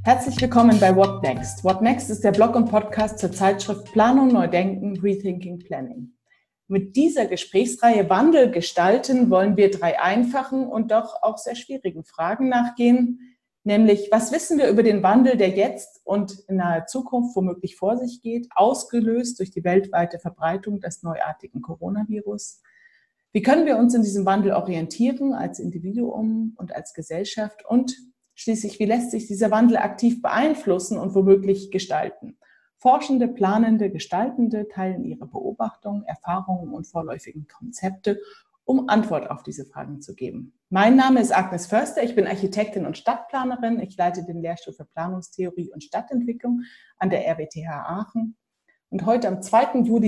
Herzlich willkommen bei What Next? What Next ist der Blog und Podcast zur Zeitschrift Planung neu denken, Rethinking Planning. Mit dieser Gesprächsreihe Wandel gestalten wollen wir 3 einfachen und doch auch sehr schwierigen Fragen nachgehen, nämlich was wissen wir über den Wandel, der jetzt und in naher Zukunft womöglich vor sich geht, ausgelöst durch die weltweite Verbreitung des neuartigen Coronavirus? Wie können wir uns in diesem Wandel orientieren als Individuum und als Gesellschaft und schließlich, wie lässt sich dieser Wandel aktiv beeinflussen und womöglich gestalten? Forschende, Planende, Gestaltende teilen ihre Beobachtungen, Erfahrungen und vorläufigen Konzepte, um Antwort auf diese Fragen zu geben. Mein Name ist Agnes Förster, ich bin Architektin und Stadtplanerin. Ich leite den Lehrstuhl für Planungstheorie und Stadtentwicklung an der RWTH Aachen. Und heute am 2. Juli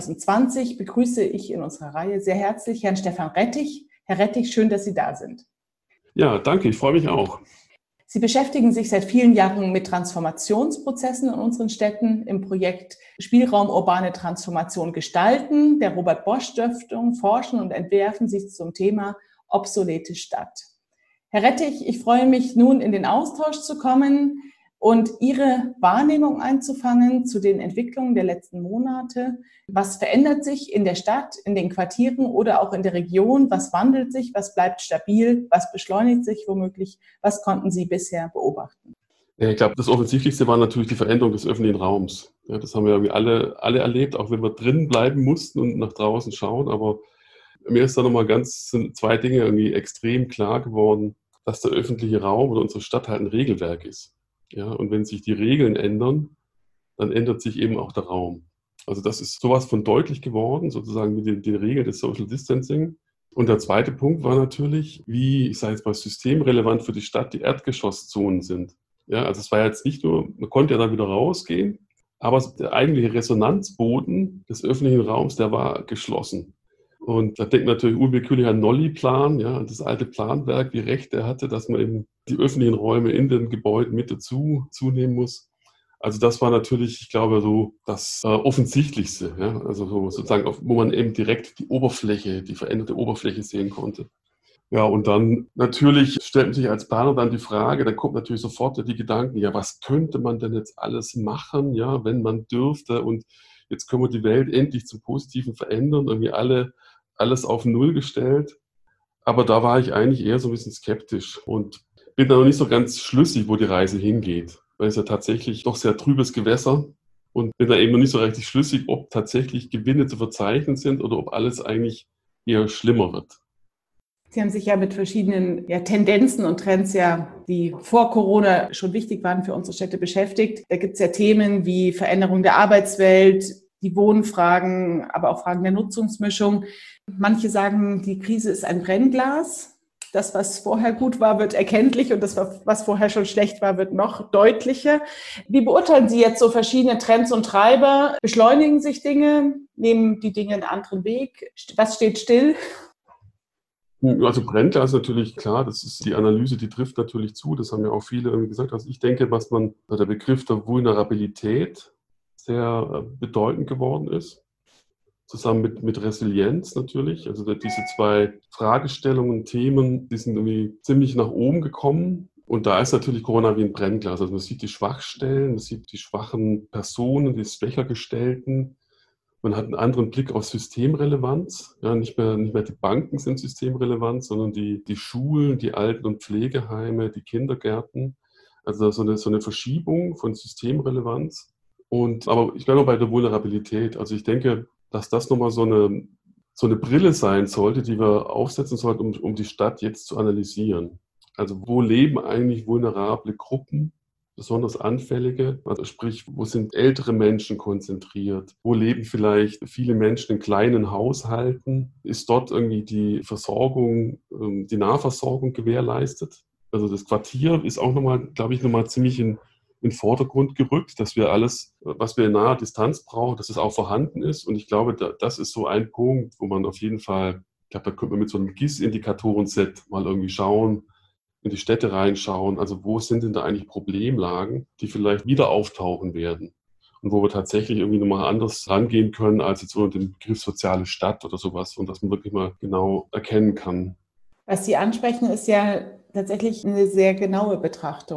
2020 begrüße ich in unserer Reihe sehr herzlich Herrn Stefan Rettich. Herr Rettich, schön, dass Sie da sind. Ja, danke, ich freue mich auch. Sie beschäftigen sich seit vielen Jahren mit Transformationsprozessen in unseren Städten im Projekt Spielraum urbane Transformation gestalten, der Robert-Bosch-Stiftung, forschen und entwerfen sich zum Thema obsolete Stadt. Herr Rettich, ich freue mich nun in den Austausch zu kommen und Ihre Wahrnehmung einzufangen zu den Entwicklungen der letzten Monate. Was verändert sich in der Stadt, in den Quartieren oder auch in der Region? Was wandelt sich? Was bleibt stabil? Was beschleunigt sich womöglich? Was konnten Sie bisher beobachten? Ich glaube, das Offensichtlichste war natürlich die Veränderung des öffentlichen Raums. Ja, das haben wir irgendwie alle erlebt, auch wenn wir drin bleiben mussten und nach draußen schauen. Aber mir ist da nochmal sind 2 Dinge irgendwie extrem klar geworden, dass der öffentliche Raum oder unsere Stadt halt ein Regelwerk ist. Ja, und wenn sich die Regeln ändern, dann ändert sich eben auch der Raum. Also das ist sowas von deutlich geworden, sozusagen mit den Regeln des Social Distancing. Und der zweite Punkt war natürlich, wie, ich sage jetzt mal, systemrelevant für die Stadt die Erdgeschosszonen sind. Ja, also es war jetzt nicht nur, man konnte ja dann wieder rausgehen, aber der eigentliche Resonanzboden des öffentlichen Raums, der war geschlossen. Und da denkt natürlich unwillkürlich an Nolli-Plan, ja, an das alte Planwerk, wie recht er hatte, dass man eben die öffentlichen Räume in den Gebäuden mit dazu zunehmen muss. Also das war natürlich, ich glaube, so das Offensichtlichste, ja, also so sozusagen, wo man eben direkt die Oberfläche, die veränderte Oberfläche sehen konnte. Ja, und dann natürlich stellt man sich als Planer dann die Frage, dann kommt natürlich sofort die Gedanken, ja, was könnte man denn jetzt alles machen, ja, wenn man dürfte und jetzt können wir die Welt endlich zum Positiven verändern, irgendwie alles auf Null gestellt. Aber da war ich eigentlich eher so ein bisschen skeptisch und bin da noch nicht so ganz schlüssig, wo die Reise hingeht, weil es ja tatsächlich doch sehr trübes Gewässer und bin da eben noch nicht so richtig schlüssig, ob tatsächlich Gewinne zu verzeichnen sind oder ob alles eigentlich eher schlimmer wird. Sie haben sich ja mit verschiedenen Tendenzen und Trends, die vor Corona schon wichtig waren für unsere Städte, beschäftigt. Da gibt es ja Themen wie Veränderung der Arbeitswelt, die Wohnfragen, aber auch Fragen der Nutzungsmischung. Manche sagen, die Krise ist ein Brennglas. Das, was vorher gut war, wird erkenntlich und das, was vorher schon schlecht war, wird noch deutlicher. Wie beurteilen Sie jetzt so verschiedene Trends und Treiber? Beschleunigen sich Dinge? Nehmen die Dinge einen anderen Weg? Was steht still? Also Brennglas ist natürlich klar, das ist die Analyse, die trifft natürlich zu. Das haben ja auch viele irgendwie gesagt. Also ich denke, der Begriff der Vulnerabilität sehr bedeutend geworden ist. Zusammen mit Resilienz natürlich. Also diese 2 Fragestellungen, Themen, die sind irgendwie ziemlich nach oben gekommen. Und da ist natürlich Corona wie ein Brennglas. Also man sieht die Schwachstellen, man sieht die schwachen Personen, die Schwächergestellten. Man hat einen anderen Blick auf Systemrelevanz. Ja, nicht mehr die Banken sind systemrelevant, sondern die Schulen, die Alten- und Pflegeheime, die Kindergärten. Also so eine Verschiebung von Systemrelevanz. Aber ich bleibe noch bei der Vulnerabilität. Also ich denke, dass das nochmal so eine Brille sein sollte, die wir aufsetzen sollten, um die Stadt jetzt zu analysieren. Also wo leben eigentlich vulnerable Gruppen, besonders anfällige? Also sprich, wo sind ältere Menschen konzentriert? Wo leben vielleicht viele Menschen in kleinen Haushalten? Ist dort irgendwie die Versorgung, die Nahversorgung gewährleistet? Also das Quartier ist auch nochmal, glaube ich, ziemlich in den Vordergrund gerückt, dass wir alles, was wir in naher Distanz brauchen, dass es auch vorhanden ist. Und ich glaube, das ist so ein Punkt, wo man auf jeden Fall, ich glaube, da könnte man mit so einem GIS-Indikatoren-Set mal irgendwie schauen, in die Städte reinschauen. Also wo sind denn da eigentlich Problemlagen, die vielleicht wieder auftauchen werden? Und wo wir tatsächlich irgendwie nochmal anders rangehen können, als jetzt unter dem Begriff soziale Stadt oder sowas. Und dass man wirklich mal genau erkennen kann. Was Sie ansprechen, ist ja tatsächlich eine sehr genaue Betrachtung.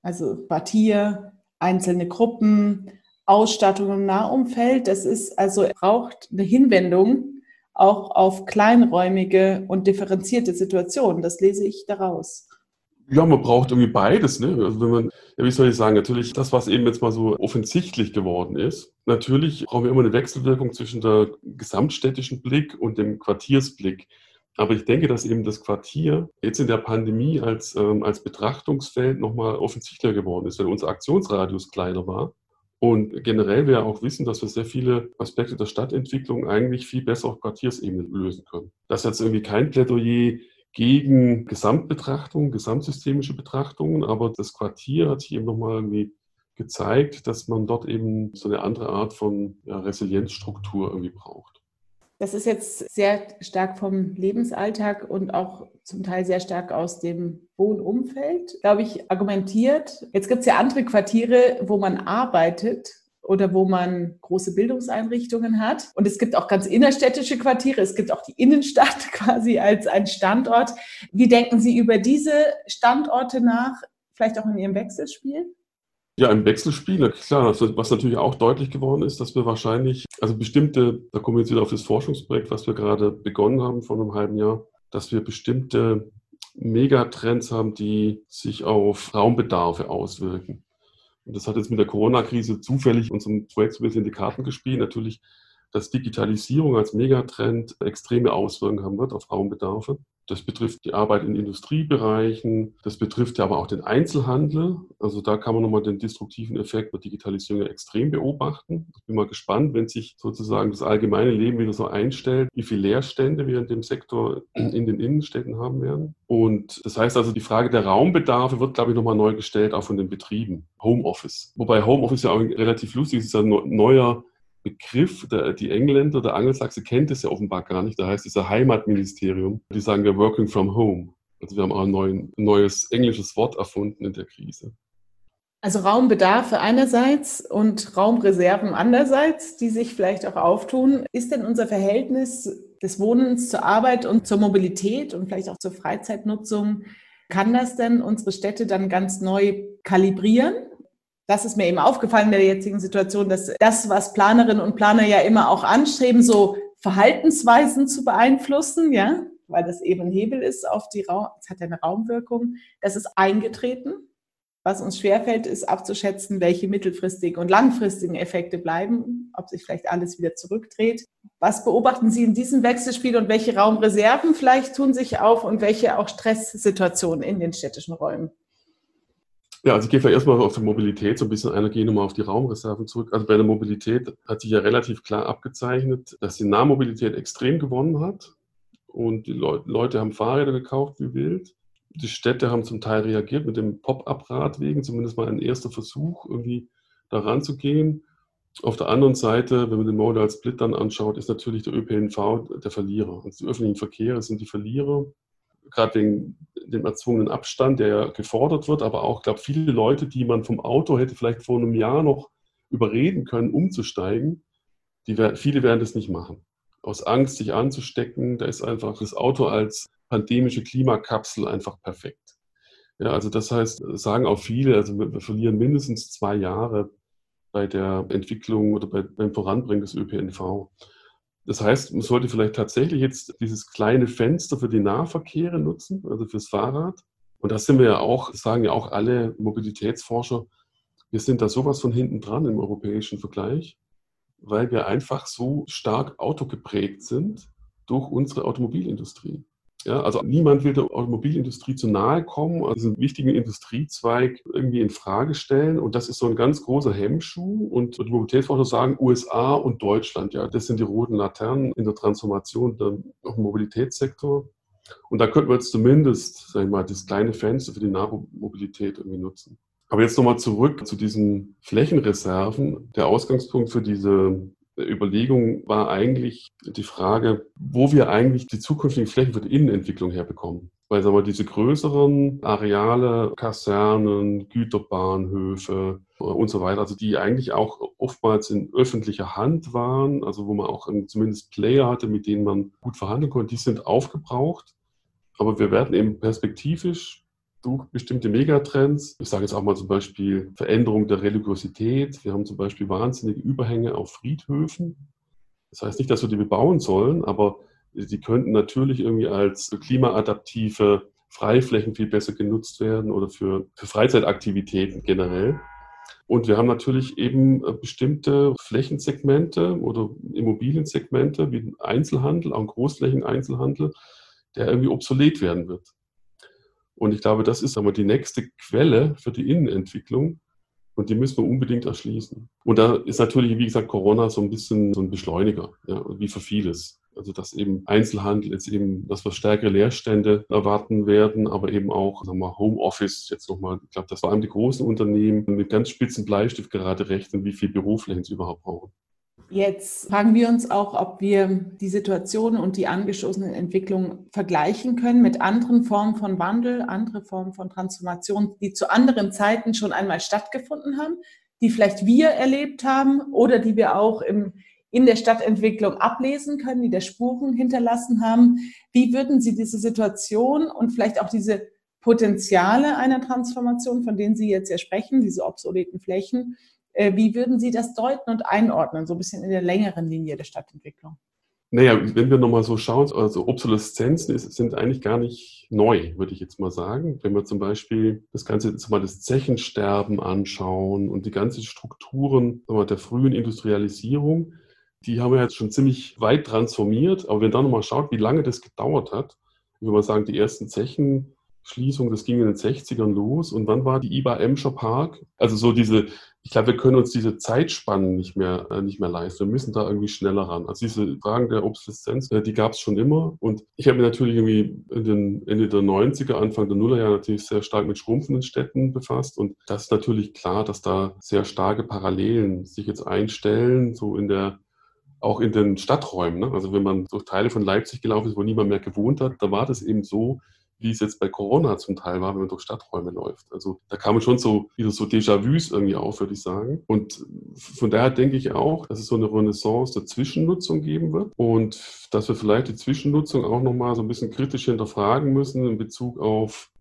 Also Quartier, einzelne Gruppen, Ausstattung im Nahumfeld. Das ist also, braucht eine Hinwendung auch auf kleinräumige und differenzierte Situationen. Das lese ich daraus. Ja, man braucht irgendwie beides, ne? Also wenn man, ja, wie soll ich sagen, natürlich das, was eben jetzt mal so offensichtlich geworden ist. Natürlich brauchen wir immer eine Wechselwirkung zwischen der gesamtstädtischen Blick und dem Quartiersblick. Aber ich denke, dass eben das Quartier jetzt in der Pandemie als Betrachtungsfeld nochmal offensichtlicher geworden ist, weil unser Aktionsradius kleiner war. Und generell wir auch wissen, dass wir sehr viele Aspekte der Stadtentwicklung eigentlich viel besser auf Quartiersebene lösen können. Das ist jetzt irgendwie kein Plädoyer gegen Gesamtbetrachtung, gesamtsystemische Betrachtungen, aber das Quartier hat sich eben nochmal irgendwie gezeigt, dass man dort eben so eine andere Art von Resilienzstruktur irgendwie braucht. Das ist jetzt sehr stark vom Lebensalltag und auch zum Teil sehr stark aus dem Wohnumfeld, glaube ich, argumentiert. Jetzt gibt es ja andere Quartiere, wo man arbeitet oder wo man große Bildungseinrichtungen hat. Und es gibt auch ganz innerstädtische Quartiere. Es gibt auch die Innenstadt quasi als ein Standort. Wie denken Sie über diese Standorte nach, vielleicht auch in Ihrem Wechselspiel? Ja, im Wechselspiel, na klar, was natürlich auch deutlich geworden ist, dass wir wahrscheinlich, also bestimmte, da kommen wir jetzt wieder auf das Forschungsprojekt, was wir gerade begonnen haben vor einem halben Jahr, dass wir bestimmte Megatrends haben, die sich auf Raumbedarfe auswirken. Und das hat jetzt mit der Corona-Krise zufällig unserem Projekt so ein bisschen in die Karten gespielt. Natürlich, dass Digitalisierung als Megatrend extreme Auswirkungen haben wird auf Raumbedarfe. Das betrifft die Arbeit in Industriebereichen, das betrifft ja aber auch den Einzelhandel. Also da kann man nochmal den destruktiven Effekt der Digitalisierung extrem beobachten. Ich bin mal gespannt, wenn sich sozusagen das allgemeine Leben wieder so einstellt, wie viele Leerstände wir in dem Sektor in den Innenstädten haben werden. Und das heißt also, die Frage der Raumbedarfe wird, glaube ich, nochmal neu gestellt, auch von den Betrieben. Homeoffice. Wobei Homeoffice ja auch relativ lustig ist, ist ein neuer Begriff, die Engländer, der Angelsachse kennt es ja offenbar gar nicht. Da heißt es ja Heimatministerium. Die sagen ja Working from Home. Also wir haben auch ein neues englisches Wort erfunden in der Krise. Also Raumbedarfe einerseits und Raumreserven andererseits, die sich vielleicht auch auftun. Ist denn unser Verhältnis des Wohnens zur Arbeit und zur Mobilität und vielleicht auch zur Freizeitnutzung, kann das denn unsere Städte dann ganz neu kalibrieren? Das ist mir eben aufgefallen in der jetzigen Situation, dass das, was Planerinnen und Planer ja immer auch anstreben, so Verhaltensweisen zu beeinflussen, ja, weil das eben ein Hebel ist auf es hat ja eine Raumwirkung, das ist eingetreten. Was uns schwerfällt, ist abzuschätzen, welche mittelfristigen und langfristigen Effekte bleiben, ob sich vielleicht alles wieder zurückdreht. Was beobachten Sie in diesem Wechselspiel und welche Raumreserven vielleicht tun sich auf und welche auch Stresssituationen in den städtischen Räumen? Ja, also ich gehe vielleicht erstmal auf die Mobilität so ein bisschen ein, gehe nochmal auf die Raumreserven zurück. Also bei der Mobilität hat sich ja relativ klar abgezeichnet, dass die Nahmobilität extrem gewonnen hat und die Leute haben Fahrräder gekauft wie wild. Die Städte haben zum Teil reagiert mit dem Pop-up-Radwegen, zumindest mal ein erster Versuch, irgendwie da ranzugehen. Auf der anderen Seite, wenn man den Modal Split dann anschaut, ist natürlich der ÖPNV der Verlierer. Also die öffentlichen Verkehre sind die Verlierer, gerade wegen dem erzwungenen Abstand, der ja gefordert wird, aber auch, glaube ich, viele Leute, die man vom Auto hätte vielleicht vor einem Jahr noch überreden können, umzusteigen, viele werden das nicht machen. Aus Angst, sich anzustecken, da ist einfach das Auto als pandemische Klimakapsel einfach perfekt. Ja, also das heißt, sagen auch viele, also wir verlieren mindestens 2 Jahre bei der Entwicklung oder beim Voranbringen des ÖPNV. Das heißt, man sollte vielleicht tatsächlich jetzt dieses kleine Fenster für die Nahverkehre nutzen, also fürs Fahrrad. Und da sind wir ja auch, sagen ja auch alle Mobilitätsforscher, wir sind da sowas von hinten dran im europäischen Vergleich, weil wir einfach so stark autogeprägt sind durch unsere Automobilindustrie. Ja, also niemand will der Automobilindustrie zu nahe kommen, also einen wichtigen Industriezweig irgendwie in Frage stellen. Und das ist so ein ganz großer Hemmschuh. Und die Mobilitätsforscher sagen, USA und Deutschland, ja, das sind die roten Laternen in der Transformation im Mobilitätssektor. Und da könnten wir jetzt zumindest, sag ich mal, das kleine Fenster für die Nahmobilität irgendwie nutzen. Aber jetzt nochmal zurück zu diesen Flächenreserven. Der Ausgangspunkt für diese Überlegung war eigentlich die Frage, wo wir eigentlich die zukünftigen Flächen für die Innenentwicklung herbekommen. Weil, sagen wir, diese größeren Areale, Kasernen, Güterbahnhöfe und so weiter, also die eigentlich auch oftmals in öffentlicher Hand waren, also wo man auch zumindest Player hatte, mit denen man gut verhandeln konnte, die sind aufgebraucht. Aber wir werden eben perspektivisch durch bestimmte Megatrends. Ich sage jetzt auch mal zum Beispiel Veränderung der Religiosität. Wir haben zum Beispiel wahnsinnige Überhänge auf Friedhöfen. Das heißt nicht, dass wir die bebauen sollen, aber sie könnten natürlich irgendwie als klimaadaptive Freiflächen viel besser genutzt werden oder für Freizeitaktivitäten generell. Und wir haben natürlich eben bestimmte Flächensegmente oder Immobiliensegmente wie den Einzelhandel, auch einen Großflächen-Einzelhandel, der irgendwie obsolet werden wird. Und ich glaube, das ist aber die nächste Quelle für die Innenentwicklung und die müssen wir unbedingt erschließen. Und da ist natürlich, wie gesagt, Corona so ein bisschen so ein Beschleuniger, ja, wie für vieles. Also dass eben Einzelhandel jetzt eben, dass wir stärkere Leerstände erwarten werden, aber eben auch, sagen wir, Homeoffice jetzt nochmal. Ich glaube, dass vor allem die großen Unternehmen mit ganz spitzen Bleistift gerade rechnen, wie viel Büroflächen sie überhaupt brauchen. Jetzt fragen wir uns auch, ob wir die Situation und die angestoßenen Entwicklungen vergleichen können mit anderen Formen von Wandel, andere Formen von Transformation, die zu anderen Zeiten schon einmal stattgefunden haben, die vielleicht wir erlebt haben oder die wir auch in der Stadtentwicklung ablesen können, die da Spuren hinterlassen haben. Wie würden Sie diese Situation und vielleicht auch diese Potenziale einer Transformation, von denen Sie jetzt ja sprechen, diese obsoleten Flächen, wie würden Sie das deuten und einordnen, so ein bisschen in der längeren Linie der Stadtentwicklung? Naja, wenn wir nochmal so schauen, also Obsoleszenzen sind eigentlich gar nicht neu, würde ich jetzt mal sagen. Wenn wir zum Beispiel das Ganze jetzt mal das Zechensterben anschauen und die ganzen Strukturen der frühen Industrialisierung, die haben wir jetzt schon ziemlich weit transformiert. Aber wenn man dann nochmal schaut, wie lange das gedauert hat, würde man sagen, die ersten Zechenschließungen, das ging in den 60ern los. Und wann war die IBA-Emscher Park? Also so ich glaube, wir können uns diese Zeitspannen nicht mehr leisten. Wir müssen da irgendwie schneller ran. Also diese Fragen der Obsoleszenz, die gab es schon immer. Und ich habe mich natürlich irgendwie in den Ende der 90er, Anfang der Nullerjahre natürlich sehr stark mit schrumpfenden Städten befasst. Und das ist natürlich klar, dass da sehr starke Parallelen sich jetzt einstellen, so auch in den Stadträumen. Ne? Also wenn man durch Teile von Leipzig gelaufen ist, wo niemand mehr gewohnt hat, da war das eben so, wie es jetzt bei Corona zum Teil war, wenn man durch Stadträume läuft. Also da kamen schon wieder so Déjà-vus irgendwie auf, würde ich sagen. Und von daher denke ich auch, dass es so eine Renaissance der Zwischennutzung geben wird und dass wir vielleicht die Zwischennutzung auch nochmal so ein bisschen kritisch hinterfragen müssen in Bezug auf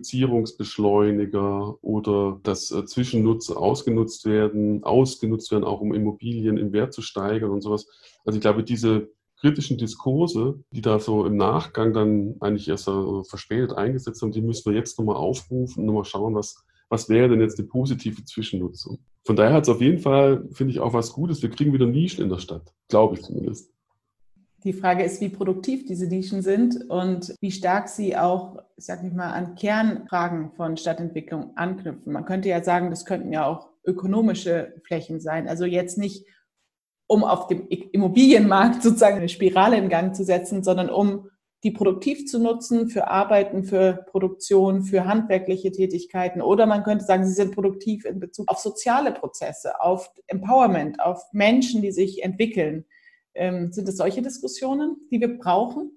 Gentrifizierungsbeschleuniger oder dass Zwischennutzer ausgenutzt werden, auch um Immobilien im Wert zu steigern und sowas. Also ich glaube, diese kritischen Diskurse, die da so im Nachgang dann eigentlich erst verspätet eingesetzt haben, die müssen wir jetzt nochmal aufrufen und nochmal schauen, was wäre denn jetzt eine positive Zwischennutzung. Von daher hat es auf jeden Fall, finde ich, auch was Gutes. Wir kriegen wieder Nischen in der Stadt, glaube ich zumindest. Die Frage ist, wie produktiv diese Nischen sind und wie stark sie auch, ich sage nicht mal, an Kernfragen von Stadtentwicklung anknüpfen. Man könnte ja sagen, das könnten ja auch ökonomische Flächen sein. Also jetzt nicht, um auf dem Immobilienmarkt sozusagen eine Spirale in Gang zu setzen, sondern um die produktiv zu nutzen für Arbeiten, für Produktion, für handwerkliche Tätigkeiten. Oder man könnte sagen, sie sind produktiv in Bezug auf soziale Prozesse, auf Empowerment, auf Menschen, die sich entwickeln. Sind es solche Diskussionen, die wir brauchen?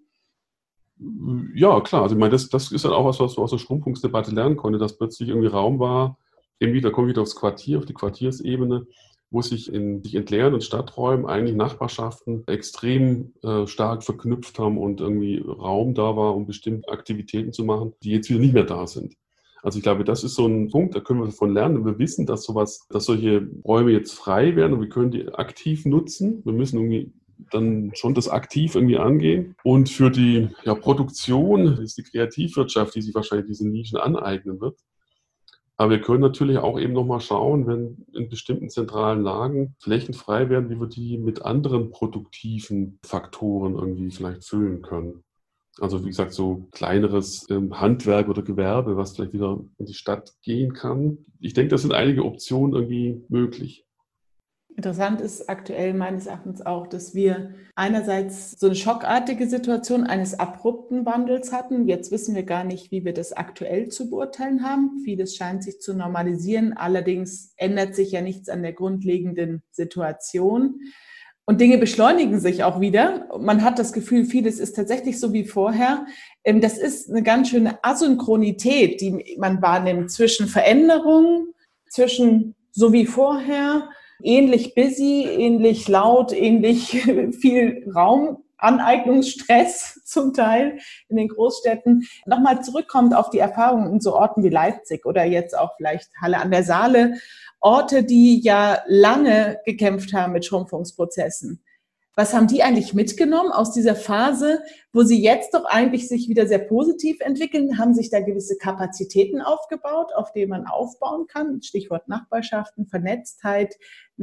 Ja, klar. Also ich meine, das ist dann auch was man aus der Schrumpfungsdebatte lernen konnte, dass plötzlich irgendwie Raum war, da kommen wir wieder aufs Quartier, auf die Quartiersebene, wo sich in sich entleerenden Stadträumen eigentlich Nachbarschaften extrem stark verknüpft haben und irgendwie Raum da war, um bestimmte Aktivitäten zu machen, die jetzt wieder nicht mehr da sind. Also ich glaube, das ist so ein Punkt, da können wir davon lernen. Und wir wissen, dass solche Räume jetzt frei werden und wir können die aktiv nutzen. Wir müssen irgendwie dann schon das aktiv irgendwie angehen. Und für die Produktion ist die Kreativwirtschaft, die sich wahrscheinlich diese Nischen aneignen wird. Aber wir können natürlich auch eben nochmal schauen, wenn in bestimmten zentralen Lagen Flächen frei werden, wie wir die mit anderen produktiven Faktoren irgendwie vielleicht füllen können. Also wie gesagt, so kleineres Handwerk oder Gewerbe, was vielleicht wieder in die Stadt gehen kann. Ich denke, das sind einige Optionen irgendwie möglich. Interessant ist aktuell meines Erachtens auch, dass wir einerseits so eine schockartige Situation eines abrupten Wandels hatten. Jetzt wissen wir gar nicht, wie wir das aktuell zu beurteilen haben. Vieles scheint sich zu normalisieren. Allerdings ändert sich ja nichts an der grundlegenden Situation. Und Dinge beschleunigen sich auch wieder. Man hat das Gefühl, vieles ist tatsächlich so wie vorher. Das ist eine ganz schöne Asynchronität, die man wahrnimmt zwischen Veränderungen, zwischen so wie vorher, ähnlich busy, ähnlich laut, ähnlich viel Raum Aneignungsstress zum Teil in den Großstädten. Nochmal zurückkommt auf die Erfahrungen in so Orten wie Leipzig oder jetzt auch vielleicht Halle an der Saale, Orte, die ja lange gekämpft haben mit Schrumpfungsprozessen. Was haben die eigentlich mitgenommen aus dieser Phase, wo sie jetzt doch eigentlich sich wieder sehr positiv entwickeln? Haben sich da gewisse Kapazitäten aufgebaut, auf denen man aufbauen kann? Stichwort Nachbarschaften, Vernetztheit,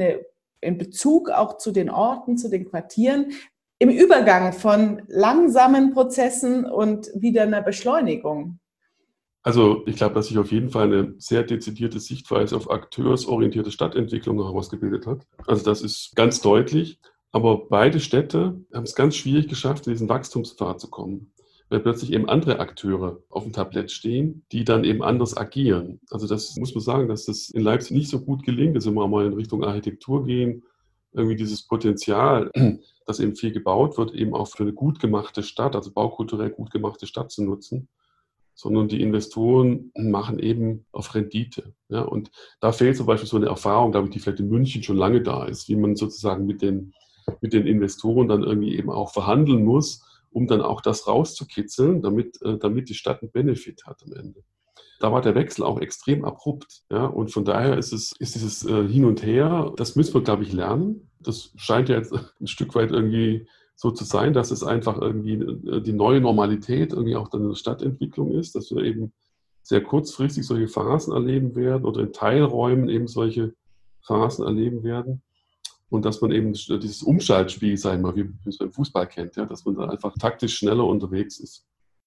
in Bezug auch zu den Orten, zu den Quartieren, im Übergang von langsamen Prozessen und wieder einer Beschleunigung. Also ich glaube, dass sich auf jeden Fall eine sehr dezidierte Sichtweise auf akteursorientierte Stadtentwicklung herausgebildet hat. Also das ist ganz deutlich. Aber beide Städte haben es ganz schwierig geschafft, in diesen Wachstumspfad zu kommen, weil plötzlich eben andere Akteure auf dem Tablett stehen, die dann eben anders agieren. Also das muss man sagen, dass das in Leipzig nicht so gut gelingt, dass wir mal in Richtung Architektur gehen, irgendwie dieses Potenzial, dass eben viel gebaut wird, eben auch für eine gut gemachte Stadt, also baukulturell gut gemachte Stadt zu nutzen, sondern die Investoren machen eben auf Rendite. Ja? Und da fehlt zum Beispiel so eine Erfahrung, glaube ich, die vielleicht in München schon lange da ist, wie man sozusagen mit den Investoren dann irgendwie eben auch verhandeln muss, um dann auch das rauszukitzeln, damit die Stadt einen Benefit hat am Ende. Da war der Wechsel auch extrem abrupt. Ja? Und von daher ist dieses Hin und Her, das müssen wir, glaube ich, lernen. Das scheint ja jetzt ein Stück weit irgendwie so zu sein, dass es einfach irgendwie die neue Normalität irgendwie auch dann eine Stadtentwicklung ist, dass wir eben sehr kurzfristig solche Phasen erleben werden oder in Teilräumen eben solche Phasen erleben werden. Und dass man eben dieses Umschaltspiel, sagen wir mal, wie man es beim Fußball kennt, ja, dass man da einfach taktisch schneller unterwegs ist.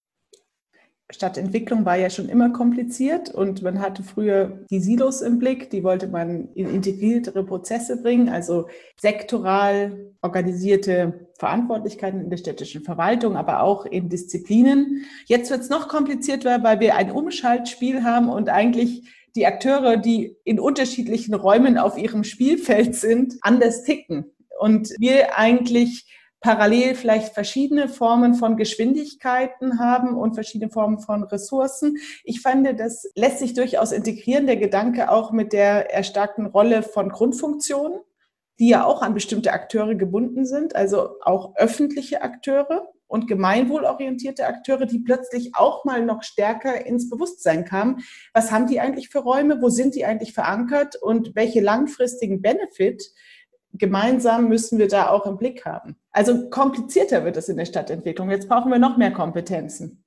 Stadtentwicklung war ja schon immer kompliziert und man hatte früher die Silos im Blick, die wollte man in integriertere Prozesse bringen, also sektoral organisierte Verantwortlichkeiten in der städtischen Verwaltung, aber auch in Disziplinen. Jetzt wird es noch komplizierter, weil wir ein Umschaltspiel haben und eigentlich die Akteure, die in unterschiedlichen Räumen auf ihrem Spielfeld sind, anders ticken. Und wir eigentlich parallel vielleicht verschiedene Formen von Geschwindigkeiten haben und verschiedene Formen von Ressourcen. Ich fand, das lässt sich durchaus integrieren, der Gedanke auch mit der erstarkten Rolle von Grundfunktionen, die ja auch an bestimmte Akteure gebunden sind, also auch öffentliche Akteure und gemeinwohlorientierte Akteure, die plötzlich auch mal noch stärker ins Bewusstsein kamen. Was haben die eigentlich für Räume? Wo sind die eigentlich verankert? Und welche langfristigen Benefit gemeinsam müssen wir da auch im Blick haben? Also komplizierter wird es in der Stadtentwicklung. Jetzt brauchen wir noch mehr Kompetenzen.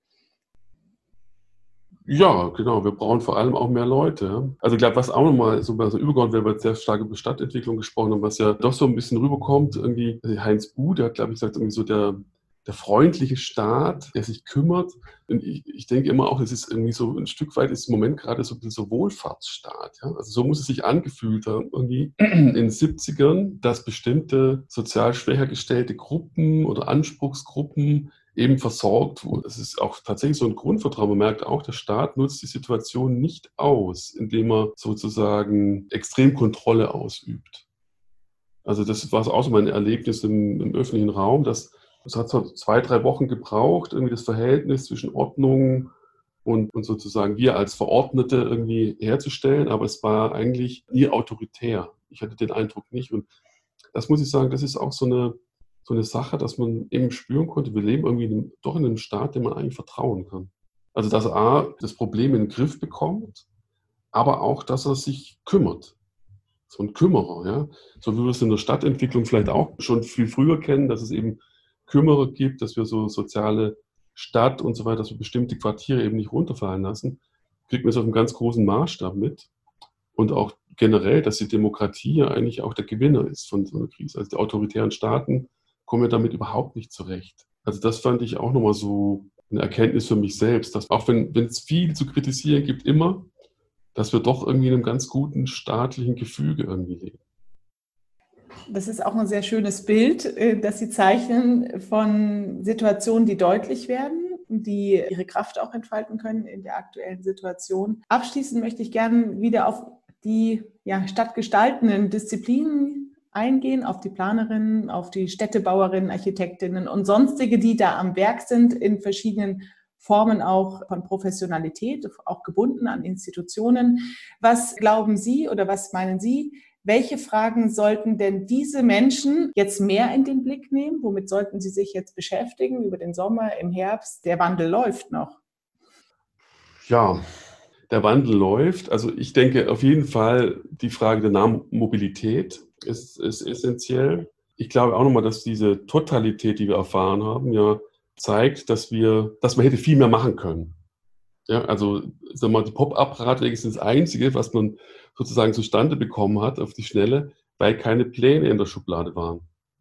Ja, genau. Wir brauchen vor allem auch mehr Leute. Also ich glaube, was auch nochmal so übergeordnet, wenn wir sehr stark über Stadtentwicklung gesprochen haben, was ja doch so ein bisschen rüberkommt, irgendwie Heinz Buh, der hat, glaube ich, gesagt, irgendwie so der freundliche Staat, der sich kümmert. Und ich denke immer auch, es ist irgendwie so ein Stück weit ist im Moment gerade so ein bisschen so Wohlfahrtsstaat. Ja? Also so muss es sich angefühlt haben, irgendwie in den 70ern, dass bestimmte sozial schwächer gestellte Gruppen oder Anspruchsgruppen eben versorgt wurden. Das ist auch tatsächlich so ein Grundvertrauen. Man merkt auch, der Staat nutzt die Situation nicht aus, indem er sozusagen Extremkontrolle ausübt. Also das war auch so mein Erlebnis im öffentlichen Raum, dass es hat so 2-3 Wochen gebraucht, irgendwie das Verhältnis zwischen Ordnung und sozusagen wir als Verordnete irgendwie herzustellen, aber es war eigentlich nie autoritär. Ich hatte den Eindruck nicht. Und das muss ich sagen, das ist auch so eine Sache, dass man eben spüren konnte, wir leben irgendwie doch in einem Staat, dem man eigentlich vertrauen kann. Also dass er das Problem in den Griff bekommt, aber auch, dass er sich kümmert. So ein Kümmerer, ja. So wie wir es in der Stadtentwicklung vielleicht auch schon viel früher kennen, dass es eben Kümmerer gibt, dass wir so soziale Stadt und so weiter, dass wir bestimmte Quartiere eben nicht runterfallen lassen, kriegt man es auf einem ganz großen Maßstab mit. Und auch generell, dass die Demokratie ja eigentlich auch der Gewinner ist von so einer Krise. Also die autoritären Staaten kommen ja damit überhaupt nicht zurecht. Also das fand ich auch nochmal so eine Erkenntnis für mich selbst, dass auch wenn es viel zu kritisieren gibt, immer, dass wir doch irgendwie in einem ganz guten staatlichen Gefüge irgendwie leben. Das ist auch ein sehr schönes Bild, das Sie zeichnen von Situationen, die deutlich werden, die ihre Kraft auch entfalten können in der aktuellen Situation. Abschließend möchte ich gerne wieder auf die stadtgestaltenden Disziplinen eingehen, auf die Planerinnen, auf die Städtebauerinnen, Architektinnen und sonstige, die da am Werk sind in verschiedenen Formen auch von Professionalität, auch gebunden an Institutionen. Was glauben Sie oder was meinen Sie, Welche Fragen sollten denn diese Menschen jetzt mehr in den Blick nehmen? Womit sollten sie sich jetzt beschäftigen über den Sommer, im Herbst? Der Wandel läuft noch. Ja, der Wandel läuft. Also ich denke auf jeden Fall, die Frage der Nahmobilität ist essentiell. Ich glaube auch nochmal, dass diese Totalität, die wir erfahren haben, ja zeigt, dass man hätte viel mehr machen können. Ja, also sagen wir mal, die Pop-up-Radwege sind das Einzige, was man sozusagen zustande bekommen hat auf die Schnelle, weil keine Pläne in der Schublade waren.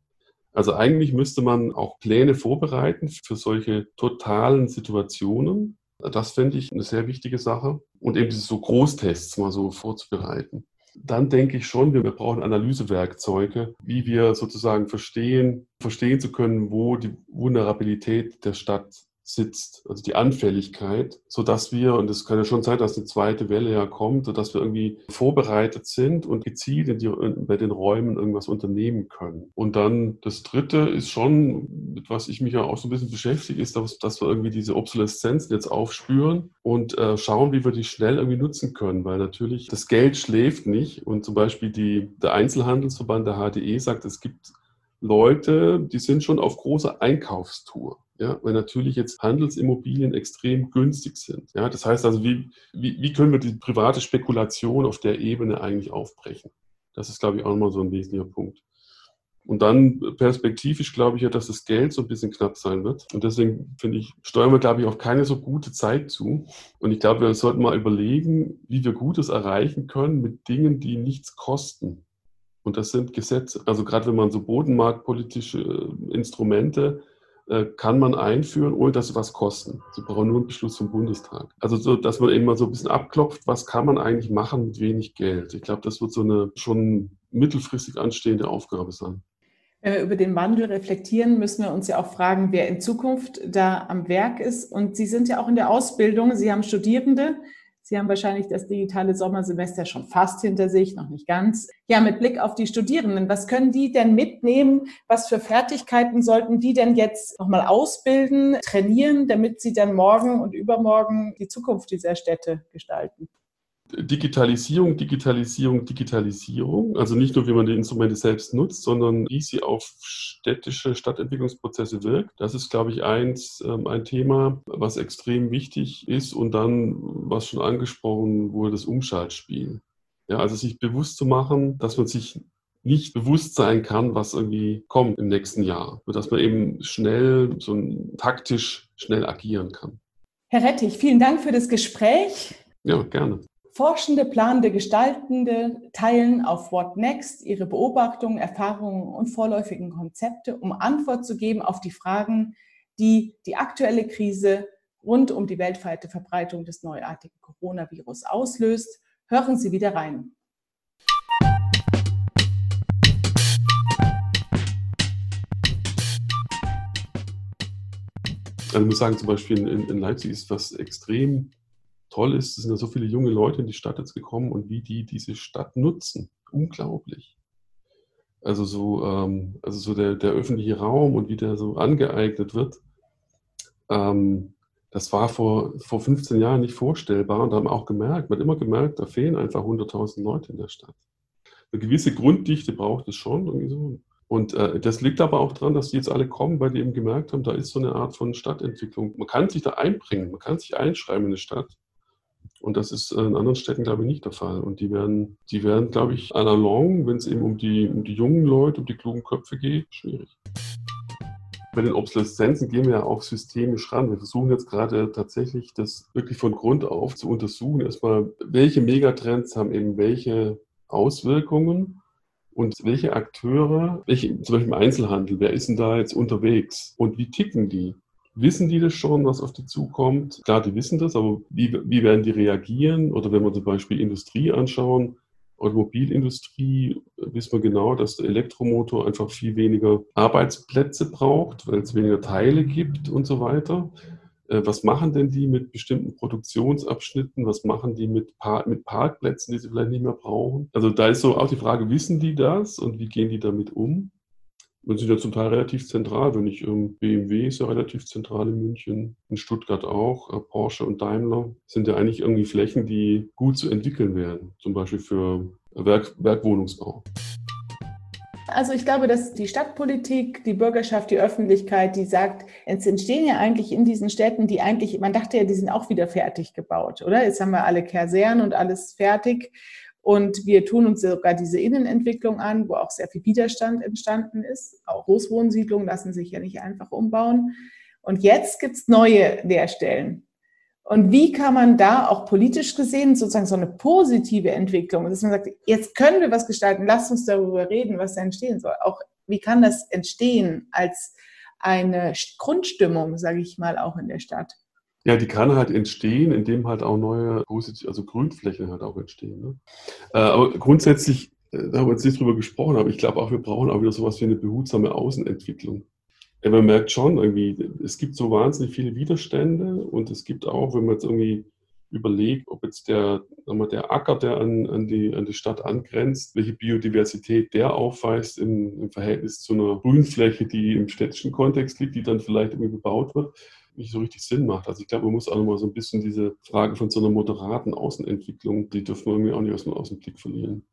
Also eigentlich müsste man auch Pläne vorbereiten für solche totalen Situationen. Das fände ich eine sehr wichtige Sache. Und eben diese so Großtests mal so vorzubereiten. Dann denke ich schon, wir brauchen Analysewerkzeuge, wie wir sozusagen verstehen zu können, wo die Vulnerabilität der Stadt sitzt, also die Anfälligkeit, sodass wir, und es kann ja schon sein, dass eine zweite Welle ja kommt, sodass wir irgendwie vorbereitet sind und gezielt bei den Räumen irgendwas unternehmen können. Und dann das Dritte ist schon, mit was ich mich ja auch so ein bisschen beschäftige, ist, dass wir irgendwie diese Obsoleszenzen jetzt aufspüren und schauen, wie wir die schnell irgendwie nutzen können, weil natürlich das Geld schläft nicht und zum Beispiel der Einzelhandelsverband, der HDE, sagt, es gibt Leute, die sind schon auf großer Einkaufstour. Ja, weil natürlich jetzt Handelsimmobilien extrem günstig sind. Ja, das heißt also, wie können wir die private Spekulation auf der Ebene eigentlich aufbrechen? Das ist, glaube ich, auch nochmal so ein wesentlicher Punkt. Und dann perspektivisch glaube ich ja, dass das Geld so ein bisschen knapp sein wird. Und deswegen steuern wir, glaube ich, auf keine so gute Zeit zu. Und ich glaube, wir sollten mal überlegen, wie wir Gutes erreichen können mit Dingen, die nichts kosten. Und das sind Gesetze. Also gerade wenn man so bodenmarktpolitische Instrumente kann man einführen, ohne dass sie was kosten. Sie brauchen nur einen Beschluss vom Bundestag. Also so, dass man eben mal so ein bisschen abklopft, was kann man eigentlich machen mit wenig Geld. Ich glaube, das wird so eine schon mittelfristig anstehende Aufgabe sein. Wenn wir über den Wandel reflektieren, müssen wir uns ja auch fragen, wer in Zukunft da am Werk ist. Und Sie sind ja auch in der Ausbildung. Sie haben Studierende. Sie haben wahrscheinlich das digitale Sommersemester schon fast hinter sich, noch nicht ganz. Ja, mit Blick auf die Studierenden, was können die denn mitnehmen? Was für Fertigkeiten sollten die denn jetzt nochmal ausbilden, trainieren, damit sie dann morgen und übermorgen die Zukunft dieser Städte gestalten? Digitalisierung. Also nicht nur, wie man die Instrumente selbst nutzt, sondern wie sie auf Stadtentwicklungsprozesse wirkt. Das ist, glaube ich, ein Thema, was extrem wichtig ist. Und dann, was schon angesprochen wurde, das Umschaltspiel. Ja, also sich bewusst zu machen, dass man sich nicht bewusst sein kann, was irgendwie kommt im nächsten Jahr, sodass man eben taktisch schnell agieren kann. Herr Rettich, vielen Dank für das Gespräch. Ja, gerne. Forschende, Planende, Gestaltende teilen auf What Next ihre Beobachtungen, Erfahrungen und vorläufigen Konzepte, um Antwort zu geben auf die Fragen, die die aktuelle Krise rund um die weltweite Verbreitung des neuartigen Coronavirus auslöst. Hören Sie wieder rein. Also ich muss sagen, zum Beispiel in Leipzig ist was extrem toll ist, es sind ja so viele junge Leute in die Stadt jetzt gekommen und wie die diese Stadt nutzen. Unglaublich. Also so der öffentliche Raum und wie der so angeeignet wird, das war vor 15 Jahren nicht vorstellbar und da haben wir auch gemerkt, man hat immer gemerkt, da fehlen einfach 100.000 Leute in der Stadt. Eine gewisse Grunddichte braucht es schon irgendwie so. Und das liegt aber auch daran, dass die jetzt alle kommen, weil die eben gemerkt haben, da ist so eine Art von Stadtentwicklung. Man kann sich da einbringen, man kann sich einschreiben in eine Stadt. Und das ist in anderen Städten, glaube ich, nicht der Fall. Und die werden, glaube ich, à la longue, wenn es eben um die jungen Leute, um die klugen Köpfe geht, schwierig. Bei den Obsoleszenzen gehen wir ja auch systemisch ran. Wir versuchen jetzt gerade tatsächlich, das wirklich von Grund auf zu untersuchen. Erstmal, welche Megatrends haben eben welche Auswirkungen und welche Akteure, zum Beispiel im Einzelhandel, wer ist denn da jetzt unterwegs und wie ticken die? Wissen die das schon, was auf die zukommt? Klar, die wissen das, aber wie werden die reagieren? Oder wenn wir zum Beispiel Industrie anschauen, Automobilindustrie, wissen wir genau, dass der Elektromotor einfach viel weniger Arbeitsplätze braucht, weil es weniger Teile gibt und so weiter. Was machen denn die mit bestimmten Produktionsabschnitten? Was machen die mit Parkplätzen, die sie vielleicht nicht mehr brauchen? Also da ist so auch die Frage, wissen die das und wie gehen die damit um? Und sind ja zum Teil relativ zentral. Wenn ich BMW ist ja relativ zentral in München, in Stuttgart auch, Porsche und Daimler sind ja eigentlich irgendwie Flächen, die gut zu entwickeln wären. Zum Beispiel für Werkwohnungsbau. Also ich glaube, dass die Stadtpolitik, die Bürgerschaft, die Öffentlichkeit, die sagt, es entstehen ja eigentlich in diesen Städten, die eigentlich, man dachte ja, die sind auch wieder fertig gebaut, oder? Jetzt haben wir alle Kasernen und alles fertig und wir tun uns sogar diese Innenentwicklung an, wo auch sehr viel Widerstand entstanden ist. Auch Großwohnsiedlungen lassen sich ja nicht einfach umbauen. Und jetzt gibt es neue Leerstellen. Und wie kann man da auch politisch gesehen sozusagen so eine positive Entwicklung, dass man sagt, jetzt können wir was gestalten, lasst uns darüber reden, was da entstehen soll. Auch wie kann das entstehen als eine Grundstimmung, sage ich mal, auch in der Stadt? Ja, die kann halt entstehen, indem halt auch neue, also Grünflächen halt auch entstehen. Ne? Aber grundsätzlich, da haben wir jetzt nicht drüber gesprochen, aber ich glaube auch, wir brauchen auch wieder sowas wie eine behutsame Außenentwicklung. Ja, man merkt schon irgendwie, es gibt so wahnsinnig viele Widerstände und es gibt auch, wenn man jetzt irgendwie überlegt, ob jetzt der Acker, der an die Stadt angrenzt, welche Biodiversität der aufweist im Verhältnis zu einer Grünfläche, die im städtischen Kontext liegt, die dann vielleicht irgendwie bebaut wird, nicht so richtig Sinn macht. Also ich glaube, man muss auch nochmal so ein bisschen diese Frage von so einer moderaten Außenentwicklung, die dürfen wir irgendwie auch nicht aus dem Blick verlieren.